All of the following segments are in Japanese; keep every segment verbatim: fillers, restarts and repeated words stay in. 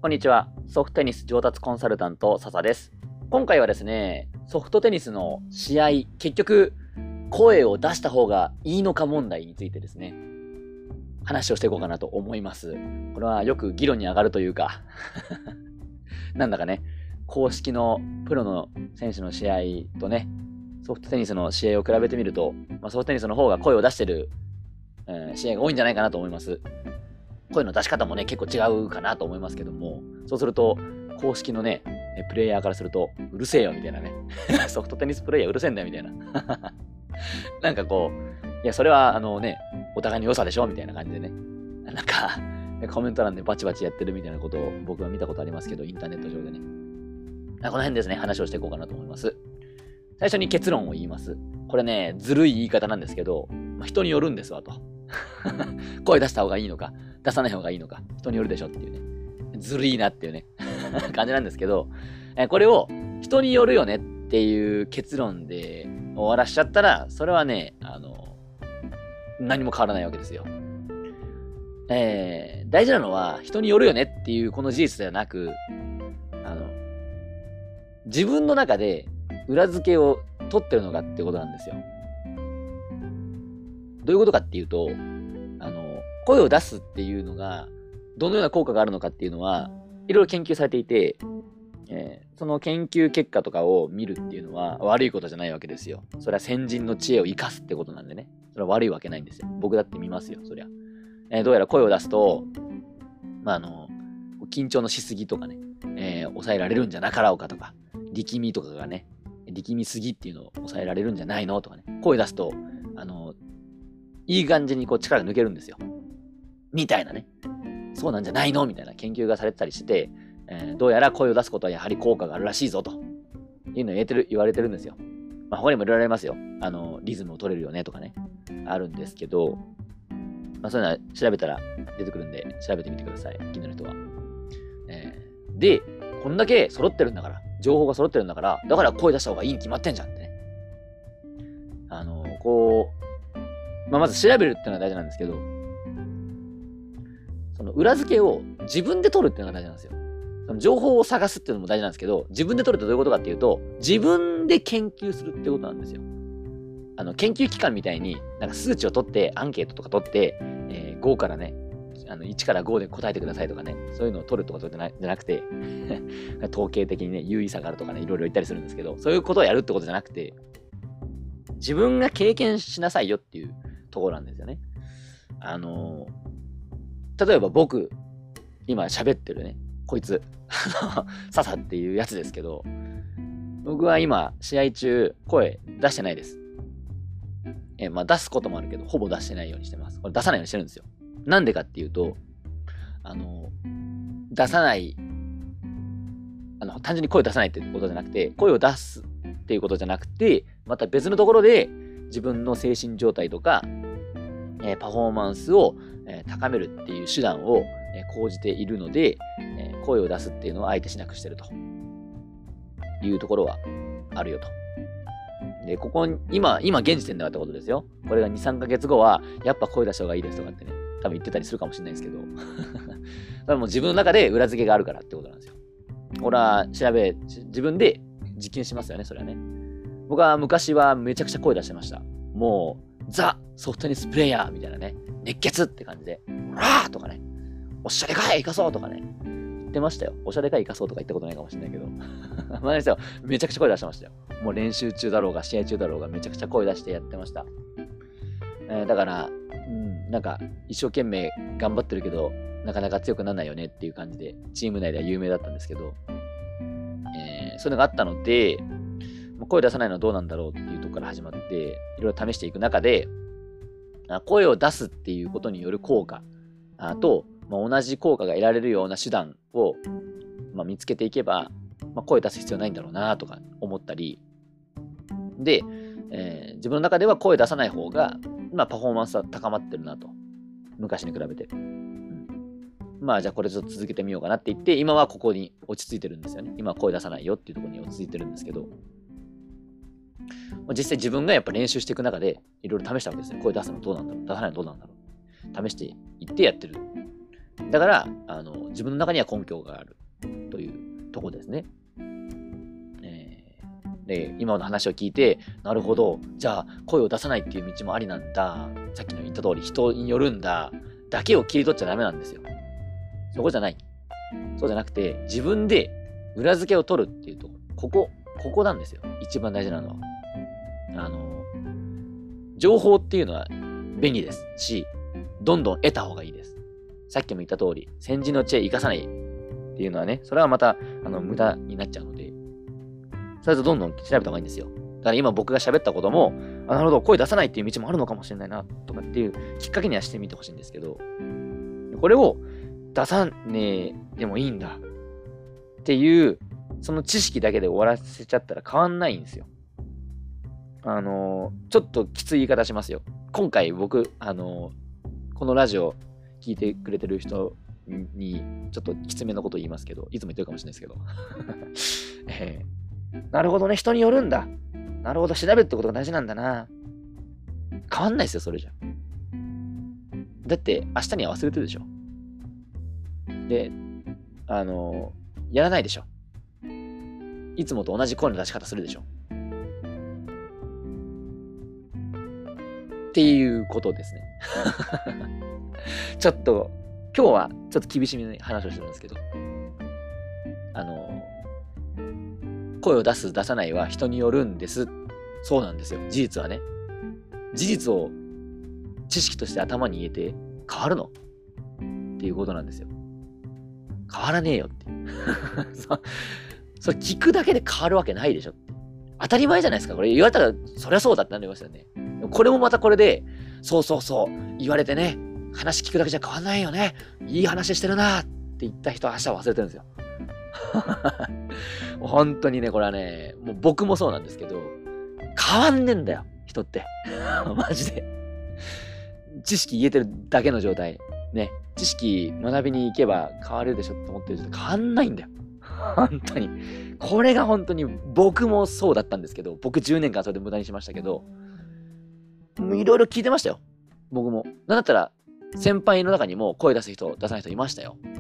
こんにちは。ソフトテニス上達コンサルタント、笹です。今回はですね、ソフトテニスの試合、結局、声を出した方がいいのか問題についてですね、話をしていこうかなと思います。これはよく議論に上がるというか、なんだかね、公式のプロの選手の試合とね、ソフトテニスの試合を比べてみると、まあ、ソフトテニスの方が声を出してる、えー試合が多いんじゃないかなと思います。声の出し方もね、結構違うかなと思いますけども、そうすると、公式のね、プレイヤーからすると、うるせえよみたいなね、ソフトテニスプレイヤーうるせえんだよみたいな。なんかこう、いや、それはあのね、お互いの良さでしょみたいな感じでね、なんか、コメント欄でバチバチやってるみたいなことを僕は見たことありますけど、インターネット上でね。この辺ですね、話をしていこうかなと思います。最初に結論を言います。これね、ずるい言い方なんですけど、まあ、人によるんですわと。声出した方がいいのか、出さない方がいいのか、人によるでしょっていうね。ずるいなっていうね、感じなんですけど、えこれを人によるよねっていう結論で終わらしちゃったら、それはね、あの、何も変わらないわけですよ。えー、大事なのは人によるよねっていうこの事実ではなく、あの、自分の中で裏付けを取ってるのかってことなんですよ。どういうことかっていうと、あの、声を出すっていうのが、どのような効果があるのかっていうのは、いろいろ研究されていて、えーその研究結果とかを見るっていうのは悪いことじゃないわけですよ。それは先人の知恵を生かすってことなんでね。それは悪いわけないんですよ。僕だって見ますよ、そりゃ。えーどうやら声を出すと、まあ、あの、緊張のしすぎとかね、えー抑えられるんじゃなかろうかとか、力みとかがね、力みすぎっていうのを抑えられるんじゃないのとかね、声出すと、あの、いい感じにこう力が抜けるんですよ。みたいなね。そうなんじゃないのみたいな研究がされてたりして、えーどうやら声を出すことはやはり効果があるらしいぞというのを言えてる言われてるんですよ。まあ、他にもいろいろありますよ。あの、リズムを取れるよねとかね。あるんですけど、まあ、そういうのは調べたら出てくるんで、調べてみてください。気になる人は。えーで、こんだけ揃ってるんだから、情報が揃ってるんだから、だから声出した方がいいに決まってんじゃんってね。あの、こう、まあ、まず調べるっていうのは大事なんですけど、その裏付けを自分で取るっていうのが大事なんですよ。その情報を探すっていうのも大事なんですけど、自分で取るってどういうことかっていうと、自分で研究するってことなんですよ。あの、研究機関みたいに、なんか数値を取って、アンケートとか取って、えー、ごからね、あのいちからごで答えてくださいとかね、そういうのを取るとかじゃなじゃなくて、統計的にね、優位差があるとかね、いろいろ言ったりするんですけど、そういうことをやるってことじゃなくて、自分が経験しなさいよっていうところなんですよね。あのー、例えば僕、今喋ってるね、こいつ、ササっていうやつですけど、僕は今、試合中、声出してないです。え、まあ出すこともあるけど、ほぼ出してないようにしてます。これ出さないようにしてるんですよ。なんでかっていうと、あの、出さない、あの、単純に声を出さないってことじゃなくて、声を出すっていうことじゃなくて、また別のところで自分の精神状態とか、えーパフォーマンスを、えー高めるっていう手段を、えー講じているので、えー声を出すっていうのをあえてしなくしてるというところはあるよと。で、ここ、今、今現時点ではってことですよ。これがに、さんかげつごは、やっぱ声出した方がいいですとかってね、多分言ってたりするかもしれないですけど、それもう自分の中で裏付けがあるからってことなんですよ。俺は調べ、自分で実験しますよね、それはね。僕は昔はめちゃくちゃ声出してました。もう、ザ・ソフトテニスプレイヤーみたいなね、熱血って感じで、オラーとかね、おっしゃれかい生かそうとかね、言ってましたよ。おしゃれかい生かそうとか言ったことないかもしれないけど。まあですよ、めちゃくちゃ声出してましたよ。もう練習中だろうが、試合中だろうが、めちゃくちゃ声出してやってました。えーだから、うん、なんか、一生懸命頑張ってるけど、なかなか強くならないよねっていう感じで、チーム内では有名だったんですけど、えーそういうのがあったので、声出さないのはどうなんだろうっていうところから始まって、いろいろ試していく中で、声を出すっていうことによる効果と、まあ、同じ効果が得られるような手段を、まあ、見つけていけば、まあ、声出す必要ないんだろうなとか思ったり、で、えー自分の中では声出さない方が、まあ、パフォーマンスは高まってるなと。昔に比べて。うん、まあ、じゃあこれちょっと続けてみようかなって言って、今はここに落ち着いてるんですよね。今は声出さないよっていうところに落ち着いてるんですけど、実際自分がやっぱ練習していく中で、いろいろ試したわけですね。声出すのどうなんだろう、出さないのどうなんだろう。試していってやってる。 だから、あの、自分の中には根拠があるというところですね。えー、で、今の話を聞いて、なるほど、じゃあ声を出さないっていう道もありなんだ。さっきの言った通り、人によるんだ。だけを切り取っちゃダメなんですよ。そこじゃない。そうじゃなくて、自分で裏付けを取るっていうところ。ここ、ここなんですよ。一番大事なのは。あの、情報っていうのは便利ですし、どんどん得た方がいいです。さっきも言った通り、先人の知恵生かさないっていうのはね、それはまた、あの、無駄になっちゃうので、それとどんどん調べた方がいいんですよ。だから今僕が喋ったことも、あ、なるほど、声出さないっていう道もあるのかもしれないな、とかっていうきっかけにはしてみてほしいんですけど、これを出さねえでもいいんだっていう、その知識だけで終わらせちゃったら変わんないんですよ。あのー、ちょっときつい言い方しますよ。今回僕、あのー、このラジオ聞いてくれてる人に、ちょっときつめのこと言いますけど、いつも言ってるかもしれないですけど。えー、なるほどね、人によるんだ。なるほど、調べるってことが大事なんだな。変わんないですよ、それじゃ。だって、明日には忘れてるでしょ。で、あのー、やらないでしょ。いつもと同じ声の出し方するでしょ。っていうことですね。ちょっと、今日はちょっと厳しめに話をしてるんですけど、あの、声を出す、出さないは人によるんです。そうなんですよ。事実はね。事実を知識として頭に入れて変わるのっていうことなんですよ。変わらねえよっていう。そ, それ聞くだけで変わるわけないでしょって。当たり前じゃないですか。これ言われたら、そりゃそうだってなりますよね。これもまたこれで、そうそうそう、言われてね、話聞くだけじゃ変わんないよね。いい話してるなって言った人は明日忘れてるんですよ。本当にね、これはね、もう僕もそうなんですけど、変わんねえんだよ、人って。マジで。知識言えてるだけの状態。ね、知識学びに行けば変わるでしょって思ってる人変わんないんだよ。本当に。これが本当に僕もそうだったんですけど、僕じゅうねんかんそれで無駄にしましたけど、いろいろ聞いてましたよ。僕も。なんだったら、先輩の中にも声出す人、出さない人いましたよ。うん。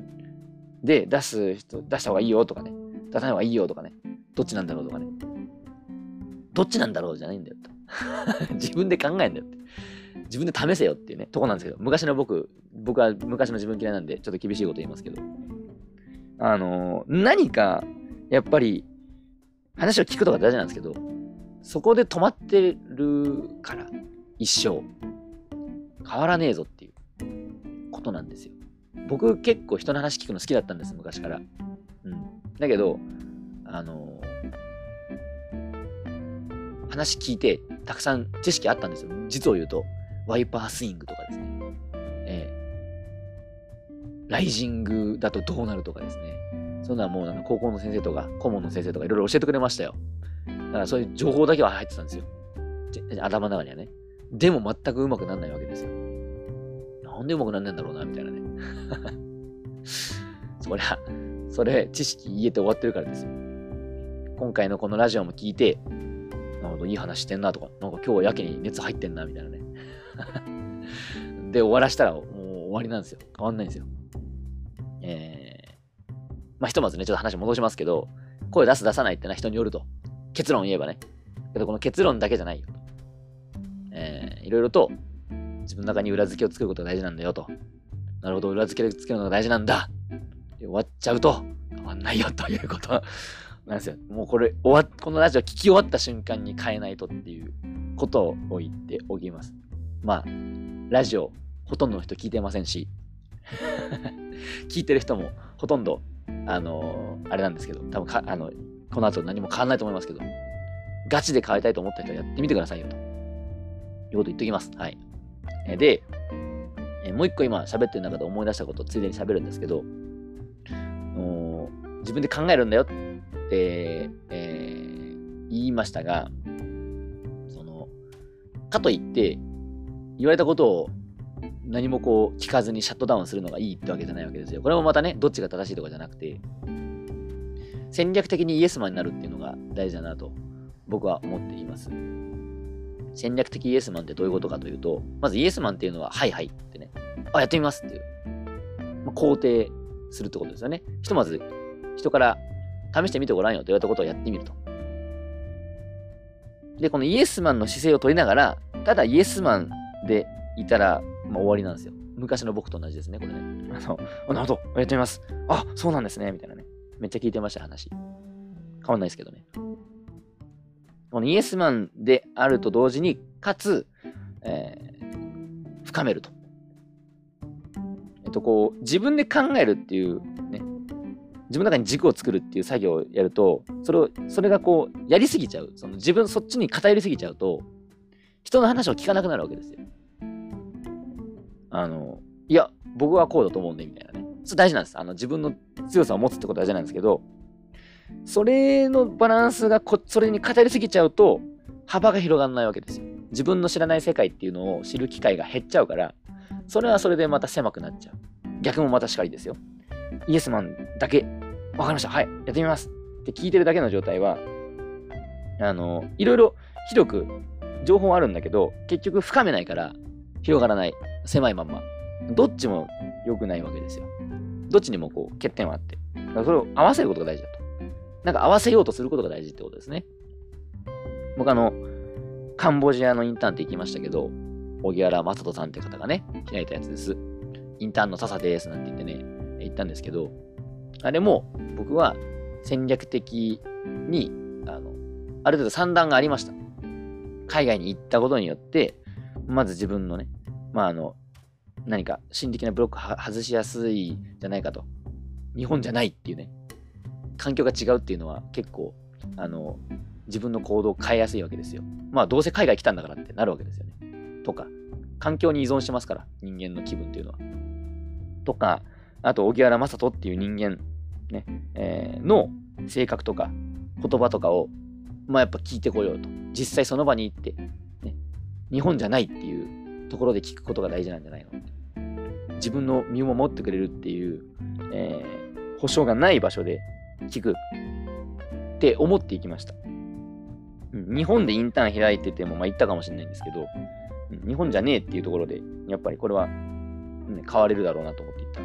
で、出す人、出した方がいいよとかね。出さない方がいいよとかね。どっちなんだろうとかね。どっちなんだろうじゃないんだよと。自分で考えんだよって。自分で試せよっていうね、とこなんですけど、昔の僕、僕は昔の自分嫌いなんで、ちょっと厳しいこと言いますけど、あのー、何か、やっぱり、話を聞くことが大事なんですけど、そこで止まってるから、一生、変わらねえぞっていうことなんですよ。僕結構人の話聞くの好きだったんです、昔から。うん。だけど、あのー、話聞いて、たくさん知識あったんですよ。実を言うと、ワイパースイングとかですね。えー、ライジングだとどうなるとかですね。そんなもうなんか高校の先生とか、顧問の先生とかいろいろ教えてくれましたよ。だからそういう情報だけは入ってたんですよ。頭の中にはね。でも全くうまくならないわけですよ。なんでうまくなんないんだろうな、みたいなね。そりゃ、それ知識言えて終わってるからですよ。今回のこのラジオも聞いて、なるほど、いい話してんなとか、なんか今日はやけに熱入ってんな、みたいなね。で、終わらしたらもう終わりなんですよ。変わんないんですよ。えー、まあ、ひとまずね、ちょっと話戻しますけど、声出す出さないってのは人によると。結論言えばね。けどこの結論だけじゃないよと。えー、いろいろと自分の中に裏付けを作ることが大事なんだよと。なるほど、裏付けをつけるのが大事なんだ。で終わっちゃうと変わんないよということなんですよ。もうこれ終わっ、このラジオ聞き終わった瞬間に変えないとっていうことを言っておきます。まあ、ラジオほとんどの人聞いてませんし、聞いてる人もほとんど、あのー、あれなんですけど、多分か、あの、この後何も変わらないと思いますけど、ガチで変えたいと思った人はやってみてくださいよと。いうこと言っておきます。はい。で、もう一個今喋ってる中で思い出したことをついでに喋るんですけど、自分で考えるんだよって、えー、言いましたが、その、かといって、言われたことを何もこう聞かずにシャットダウンするのがいいってわけじゃないわけですよ。これもまたね、どっちが正しいとかじゃなくて、戦略的にイエスマンになるっていうのが大事だなと僕は思っています。戦略的イエスマンってどういうことかというと、まずイエスマンっていうのは、はいはいってね、あ、やってみますっていう。 あ、肯定するってことですよね。ひとまず人から試してみてごらんよと言われたことをやってみると。で、このイエスマンの姿勢を取りながら、ただイエスマンでいたら、まあ、終わりなんですよ。昔の僕と同じですね、これね。あの、なるほど、やってみます。あ、そうなんですね、みたいなね。めっちゃ聞いてました、話。変わんないですけどね。このイエスマンであると同時に、かつ、えー、深めると。えっと、こう、自分で考えるっていう、ね、自分の中に軸を作るっていう作業をやると、それを、それがこう、やりすぎちゃう。その自分、そっちに偏りすぎちゃうと、人の話を聞かなくなるわけですよ。あの、いや、僕はこうだと思うんで、みたいなね。それ大事なんです。あの、自分の強さを持つってことは大事なんですけど、それのバランスがこ、それに偏りすぎちゃうと、幅が広がらないわけですよ。自分の知らない世界っていうのを知る機会が減っちゃうから、それはそれでまた狭くなっちゃう。逆もまたしかりですよ。イエスマンだけ、わかりました、はい、やってみますって聞いてるだけの状態は、あの、いろいろ広く情報はあるんだけど、結局深めないから広がらない。狭いまんま。どっちも良くないわけですよ。どっちにもこう欠点はあって。だからそれを合わせることが大事だと。なんか合わせようとすることが大事ってことですね。僕あの、カンボジアのインターンって行きましたけど、荻原正人さんって方がね、開いたやつです。インターンの笹ですなんて言ってね、行ったんですけど、あれも僕は戦略的に、あの、ある程度算段がありました。海外に行ったことによって、まず自分のね、まああの、何か心理的なブロックは外しやすいじゃないかと。日本じゃないっていうね、環境が違うっていうのは結構、あの、自分の行動を変えやすいわけですよ。まあどうせ海外来たんだからってなるわけですよね。とか、環境に依存してますから、人間の気分っていうのは。とか、あと、荻原正人っていう人間、ね、えー、の性格とか、言葉とかを、まあやっぱ聞いてこようと。実際その場に行って、ね、日本じゃないっていうところで聞くことが大事なんじゃないの？自分の身を守ってくれるっていう、えー、保証がない場所で聞くって思っていきました。うん、日本でインターン開いてても、まあ言ったかもしれないんですけど、うん、日本じゃねえっていうところで、やっぱりこれは、ね、変われるだろうなと思っていった。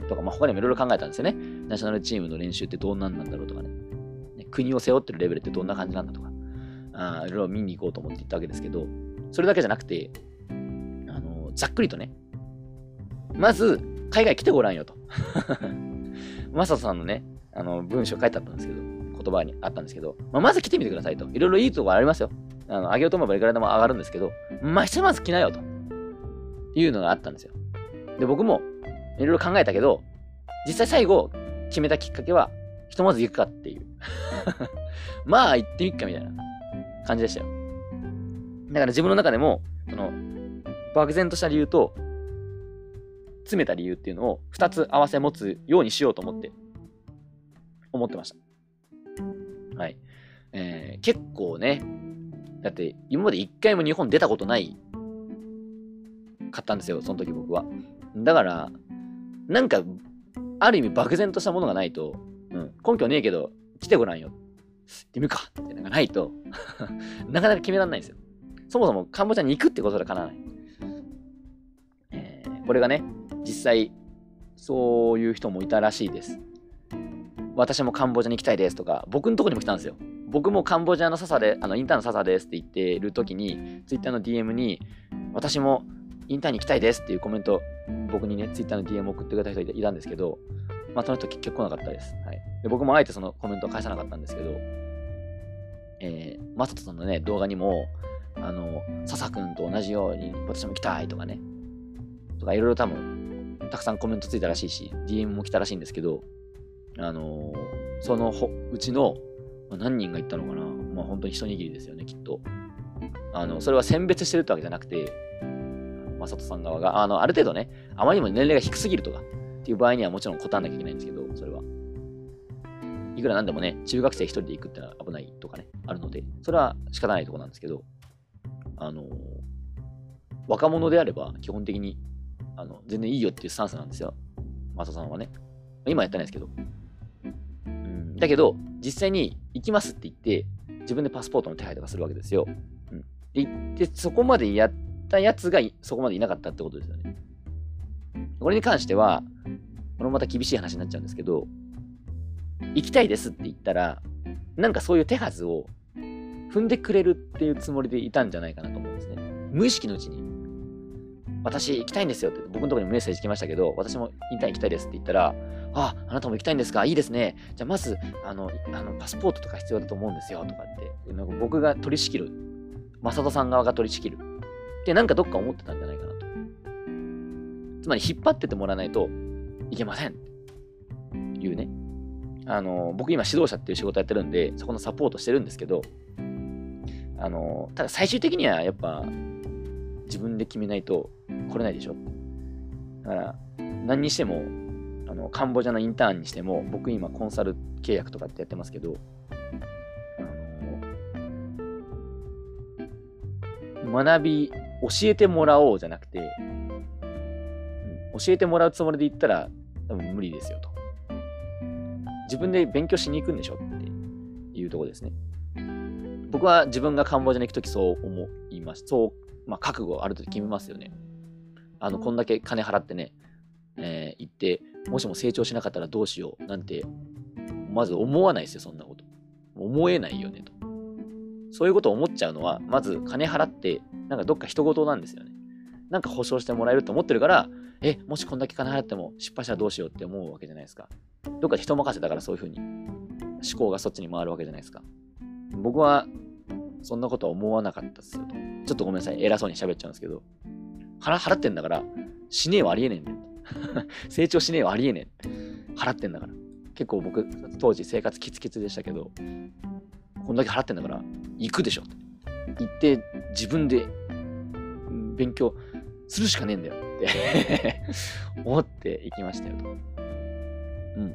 とか、まあ他にもいろいろ考えたんですよね。ナショナルチームの練習ってどんなんなんだろうとかね。ね、国を背負ってるレベルってどんな感じなんだとか、あいろいろ見に行こうと思って行ったわけですけど、それだけじゃなくて、あのざっくりとね、まず海外来てごらんよと。マサトさんのね、あの文章書いてあったんですけど、言葉にあったんですけど、まあ、まず来てみてくださいと。いろいろいいところありますよ。あの上げようと思えばいくらでも上がるんですけど、まあ、ひとまず来なよというのがあったんですよ。で、僕もいろいろ考えたけど、実際最後決めたきっかけは、ひとまず行くかっていう。まあ行ってみっかみたいな感じでしたよ。だから自分の中でも、その、漠然とした理由と、詰めた理由っていうのをふたつ合わせ持つようにしようと思って、思ってました。はい。えー、結構ね、だって今まで一回も日本出たことないかったんですよ、その時僕は。だから、なんか、ある意味漠然としたものがないと、うん、根拠ねえけど、来てごらんよ。行ってみるかってのがないと、なかなか決められないんですよ。そもそもカンボジアに行くってことでかなわない。えー、これがね、実際、そういう人もいたらしいです。私もカンボジアに行きたいですとか、僕のとこにも来たんですよ。僕もカンボジアの笹で、あの、インターンの笹ですって言ってる時に、ツイッターの ディーエム に、私もインターンに行きたいですっていうコメント、僕にね、ツイッターの ディーエム 送ってくれた人いたんですけど、まあ、その人結局来なかったです。はい。で、僕もあえてそのコメントを返さなかったんですけど、えー、マサトさんのね、動画にも、あの、笹くんと同じように私も行きたいとかね、とかいろいろ多分、たくさんコメントついたらしいし、ディーエム も来たらしいんですけど、あのー、そのうちの何人が行ったのかな、まあ本当に一握りですよね、きっと。あの、それは選別してるってわけじゃなくて、マサトさん側が、あの、ある程度ね、あまりにも年齢が低すぎるとかっていう場合にはもちろん答えなきゃいけないんですけど、それは。いくらなんでもね、中学生一人で行くってのは危ないとかね、あるので、それは仕方ないところなんですけど、あのー、若者であれば基本的に、あの、全然いいよっていうスタンスなんですよ。マサトさんはね。今やってないですけど。うん、だけど、実際に行きますって言って、自分でパスポートの手配とかするわけですよ。うん、で、行って、そこまでやったやつがそこまでいなかったってことですよね。これに関しては、 これもまた厳しい話になっちゃうんですけど、行きたいですって言ったら、なんかそういう手はずを踏んでくれるっていうつもりでいたんじゃないかなと思うんですね。無意識のうちに、私行きたいんですよって、僕のところにもメッセージ来ましたけど、私もインターン行きたいですって言ったら、あ、あなたも行きたいんですか、いいですね。じゃあまず、あの、あのパスポートとか必要だと思うんですよとかって、なんか僕が取り仕切る。正人さん側が取り仕切る。ってなんかどっか思ってたんじゃないかなと。つまり引っ張っててもらわないといけませんっていうね。あの、僕今指導者っていう仕事やってるんで、そこのサポートしてるんですけど、あの、ただ最終的にはやっぱ自分で決めないと来れないでしょ。だから何にしても、あのカンボジアのインターンにしても、僕今コンサル契約とかってやってますけど、あの学び、教えてもらおうじゃなくて、うん、教えてもらうつもりで言ったら多分無理ですよと。自分で勉強しに行くんでしょっていうところですね。僕は自分がカンボジアに行くときそう思います。そう、まあ、覚悟ある程度決めますよね。あの、こんだけ金払ってね、えー、行って、もしも成長しなかったらどうしようなんて、まず思わないですよ、そんなこと。思えないよね、と。そういうことを思っちゃうのは、まず金払って、なんかどっか人事なんですよね。なんか保証してもらえると思ってるから、え、もしこんだけ金払っても失敗したらどうしようって思うわけじゃないですか。どっか人任せだからそういうふうに思考がそっちに回るわけじゃないですか。僕はそんなことは思わなかったですよと。ちょっとごめんなさい。偉そうに喋っちゃうんですけど。払払ってんだから、しねえはありえねえんだよ。成長しねえはありえねえ。払ってんだから。結構僕、当時生活キツキツでしたけど、こんだけ払ってんだから、行くでしょって。行って自分で勉強するしかねえんだよって思って行きましたよと。うん、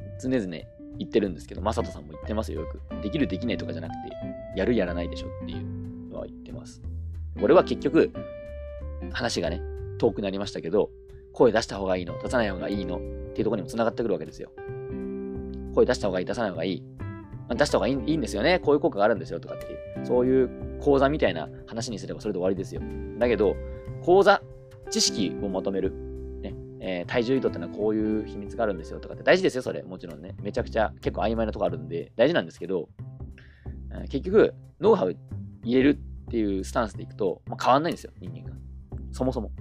常々言ってるんですけど、マサトさんも言ってますよ、よく。できるできないとかじゃなくて、やるやらないでしょっていうのは言ってます。これは結局、話がね、遠くなりましたけど、声出した方がいいの、出さない方がいいのっていうところにも繋がってくるわけですよ。声出した方がいい、出さない方がいい。出した方がいい、いいんですよね。こういう効果があるんですよとかっていう、そういう講座みたいな話にすればそれで終わりですよ。だけど、講座、知識を求める。ねえー、体重移動ってのはこういう秘密があるんですよとかって大事ですよ、それ。もちろんね。めちゃくちゃ結構曖昧なとこあるんで大事なんですけど、えー、結局、ノウハウ入れるっていうスタンスでいくと、まあ、変わんないんですよ、人間が。そもそも。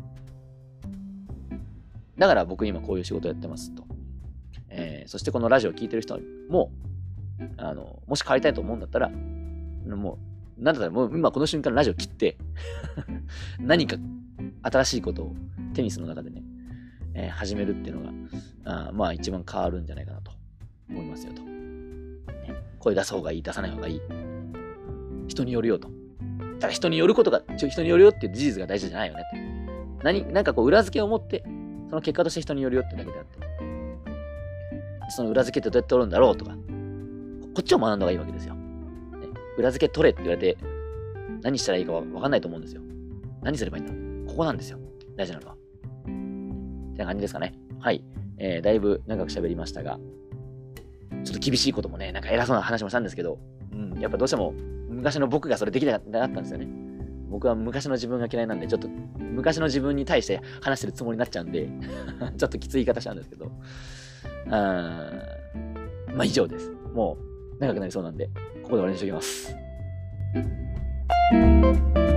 だから僕今こういう仕事やってますと。えー、そしてこのラジオを聞いてる人も、あの、もし変わりたいと思うんだったら、もう、なんだったらもう今この瞬間ラジオ切って、何か新しいことをテニスの中でね、えー、始めるっていうのが、あまあ一番変わるんじゃないかなと思いますよと。ね、声出す方がいい、出さない方がいい。人によるよと。ただ人によることが、ちょ人によるよっていう事実が大事じゃないよねって。何、なんかこう裏付けを持って、その結果として人によるよってだけであって。その裏付けってどうやって取るんだろうとか、こっちを学んだ方がいいわけですよ。ね、裏付け取れって言われて、何したらいいかわかんないと思うんですよ。何すればいいんだろう。ここなんですよ。大事なのは。ってな感じですかね。はい。えー、だいぶ長く喋りましたが、ちょっと厳しいこともね、なんか偉そうな話もしたんですけど、うん、やっぱどうしても昔の僕がそれできなかったんですよね。僕は昔の自分が嫌いなんで、ちょっと昔の自分に対して話してるつもりになっちゃうんで、ちょっときつい言い方しちゃうんですけど、あまあ以上です。もう長くなりそうなんで、ここで終わりにしておきます。